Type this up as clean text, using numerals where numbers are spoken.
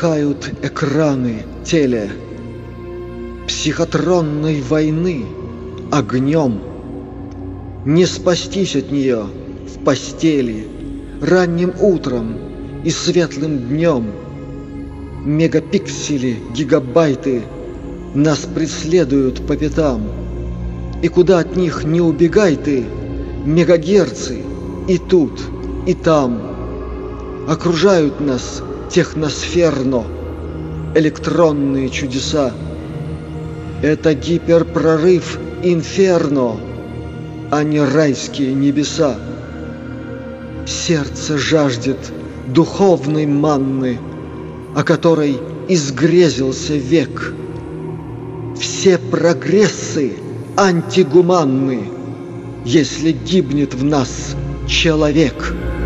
полыхают экраны теле психотронной войны огнем. Не спастись от нее в постели ранним утром и светлым днем. Мегапиксели, гигабайты нас преследуют по пятам. И куда от них не убегай ты, мегагерцы и тут, и там. Окружают нас техносферно электронные чудеса. Это гиперпрорыв инферно, а не райские небеса. Сердце жаждет духовной манны, о которой изгрезился век. Все прогрессы антигуманны, если гибнет в нас человек.